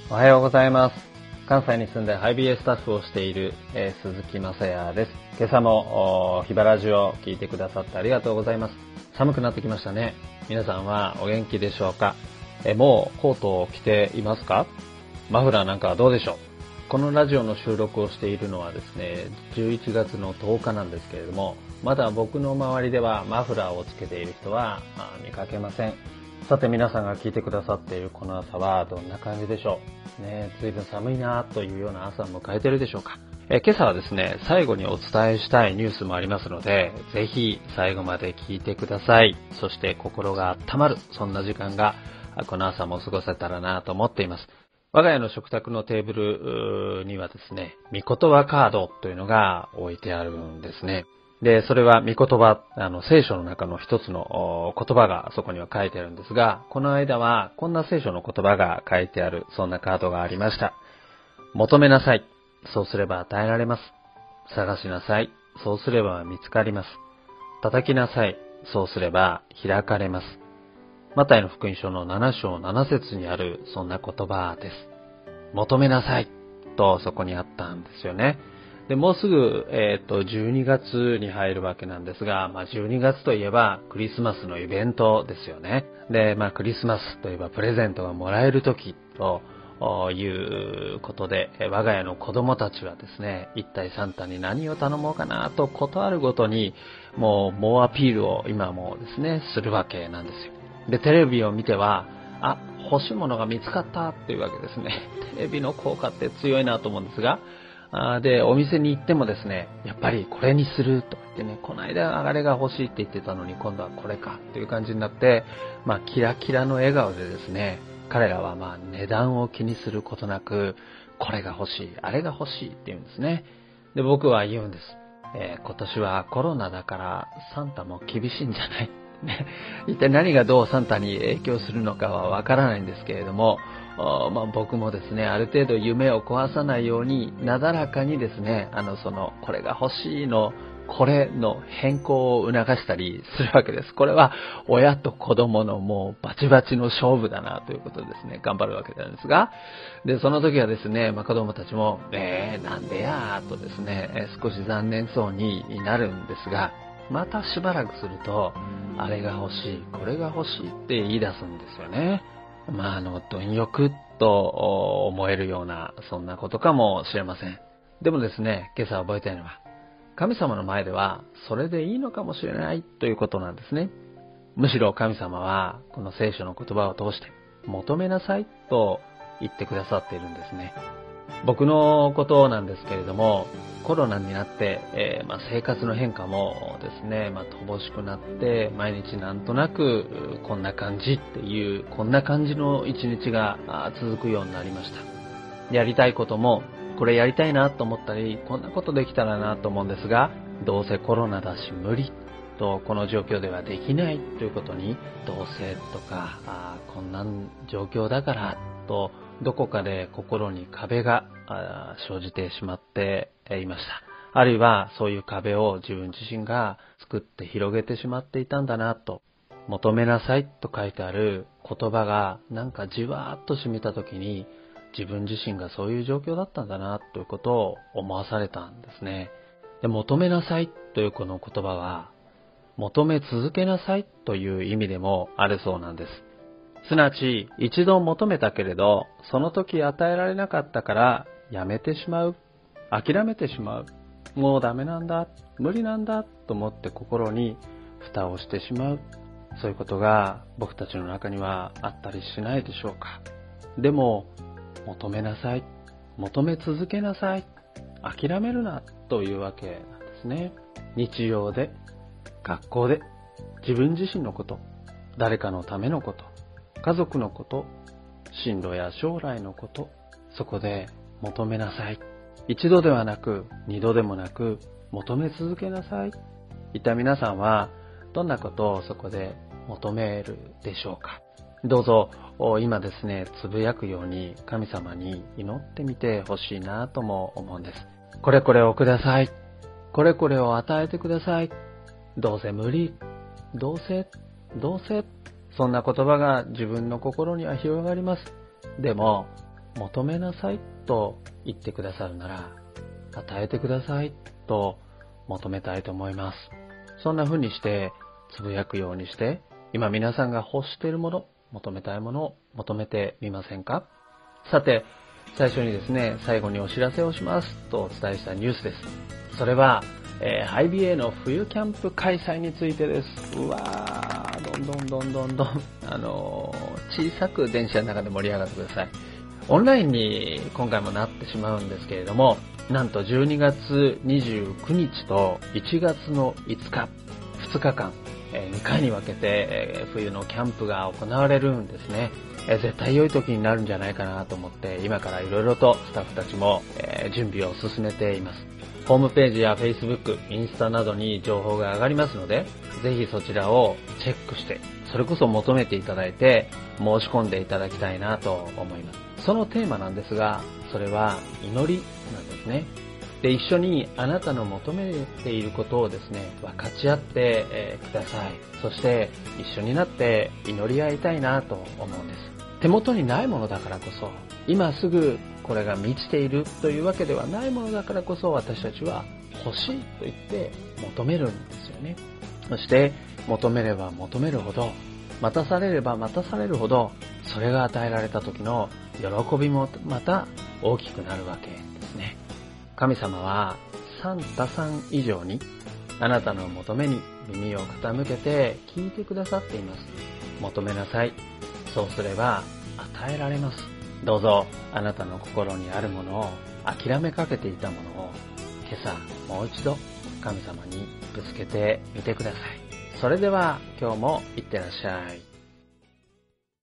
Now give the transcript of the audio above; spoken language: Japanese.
おはようございます。関西に住んでハイビエスタッフをしている、鈴木雅也です。今朝もヒバラジオを聞いてくださってありがとうございます。寒くなってきましたね。皆さんはお元気でしょうか？もうコートを着ていますか？マフラーなんかはどうでしょう？このラジオの収録をしているのはですね、11月の10日なんですけれども、まだ僕の周りではマフラーをつけている人は見かけません。さて皆さんが聞いてくださっているこの朝はどんな感じでしょうね。随分寒いなというような朝を迎えているでしょうか。今朝はですね、最後にお伝えしたいニュースもありますので、ぜひ最後まで聞いてください。そして心が温まる、そんな時間がこの朝も過ごせたらなと思っています。我が家の食卓のテーブルにはですね、御言葉カードというのが置いてあるんですね。で、それは御言葉、聖書の中の一つの言葉がそこには書いてあるんですが、この間はこんな聖書の言葉が書いてある、そんなカードがありました。求めなさい。そうすれば与えられます。探しなさい。そうすれば見つかります。叩きなさい。そうすれば開かれます。マタイの福音書の7章7節にあるそんな言葉です。求めなさいとそこにあったんですよね。で、もうすぐ、12月に入るわけなんですが、12月といえばクリスマスのイベントですよね。で、クリスマスといえばプレゼントがもらえる時ということで、我が家の子供たちはですね、一体サンタに何を頼もうかなとことあるごとに、もう猛アピールを今もですね、するわけなんですよ。で、テレビを見ては、欲しいものが見つかったっていうわけですね。テレビの効果って強いなと思うんですが、で、お店に行ってもですね、やっぱりこれにすると言ってね、この間あれが欲しいって言ってたのに今度はこれかっていう感じになって、キラキラの笑顔でですね、彼らは値段を気にすることなく、これが欲しい、あれが欲しいって言うんですね。で、僕は言うんです。今年はコロナだからサンタも厳しいんじゃないね、一体何がどうサンタに影響するのかはわからないんですけれども、僕もですね、ある程度夢を壊さないように、なだらかにですね、これが欲しいの、これの変更を促したりするわけです。これは親と子供のもうバチバチの勝負だなということでですね、頑張るわけなんですが、で、その時はですね、子供たちも、なんでやーとですね、少し残念そうになるんですが、またしばらくすると、あれが欲しい、これが欲しいって言い出すんですよね。貪欲と思えるような、そんなことかもしれません。でもですね、今朝覚えたいのは、神様の前では、それでいいのかもしれないということなんですね。むしろ神様は、この聖書の言葉を通して、求めなさいと言ってくださっているんですね。僕のことなんですけれども、コロナになって、生活の変化もですね、乏しくなって、毎日なんとなくこんな感じっていう、こんな感じの一日が続くようになりました。やりたいことも、これやりたいなと思ったり、こんなことできたらなと思うんですが、どうせコロナだし無理と、この状況ではできないということに、どうせとか、こんな状況だからと、どこかで心に壁が生じてしまっていました。あるいはそういう壁を自分自身が作って広げてしまっていたんだなと。求めなさいと書いてある言葉がなんかじわーっと染みた時に、自分自身がそういう状況だったんだなということを思わされたんですね。で、求めなさいというこの言葉は、求め続けなさいという意味でもあるそうなんです。すなわち、一度求めたけれど、その時与えられなかったからやめてしまう、諦めてしまう、もうダメなんだ、無理なんだと思って心に蓋をしてしまう、そういうことが僕たちの中にはあったりしないでしょうか。でも、求めなさい、求め続けなさい、諦めるなというわけなんですね。日常で、学校で、自分自身のこと、誰かのためのこと、家族のこと、進路や将来のこと、そこで求めなさい。一度ではなく、二度でもなく、求め続けなさい。一体皆さんは、どんなことをそこで求めるでしょうか。どうぞ、今ですね、つぶやくように神様に祈ってみてほしいなとも思うんです。これこれをください。これこれを与えてください。どうせ無理。どうせ。そんな言葉が自分の心には広がります。でも、 求めなさいと言ってくださるなら、与えてくださいと求めたいと思います。そんな風にしてつぶやくようにして、今皆さんが欲しているもの、求めたいものを求めてみませんか？さて、最初にですね、最後にお知らせをしますとお伝えしたニュースです。それは、ハイビエの冬キャンプ開催についてです。うわー、どんどん、小さく電車の中で盛り上がってください。オンラインに今回もなってしまうんですけれども、なんと12月29日と1月の5日、2日間、2回に分けて冬のキャンプが行われるんですね。絶対良い時になるんじゃないかなと思って、今からいろいろとスタッフたちも準備を進めています。ホームページや Facebook、インスタなどに情報が上がりますので、ぜひそちらをチェックして、それこそ求めていただいて、申し込んでいただきたいなと思います。そのテーマなんですが、それは祈りなんですね。で、一緒にあなたの求めていることをですね、分かち合ってください。そして一緒になって祈り合いたいなと思うんです。手元にないものだからこそ、今すぐこれが満ちているというわけではないものだからこそ、私たちは欲しいと言って求めるんですよね。そして求めれば求めるほど、待たされれば待たされるほど、それが与えられた時の喜びもまた大きくなるわけですね。神様は三多三以上にあなたの求めに耳を傾けて聞いてくださっています。求めなさい。そうすれば与えられます。どうぞあなたの心にあるものを、諦めかけていたものを今朝もう一度神様にぶつけてみてください。それでは今日もいってらっしゃい。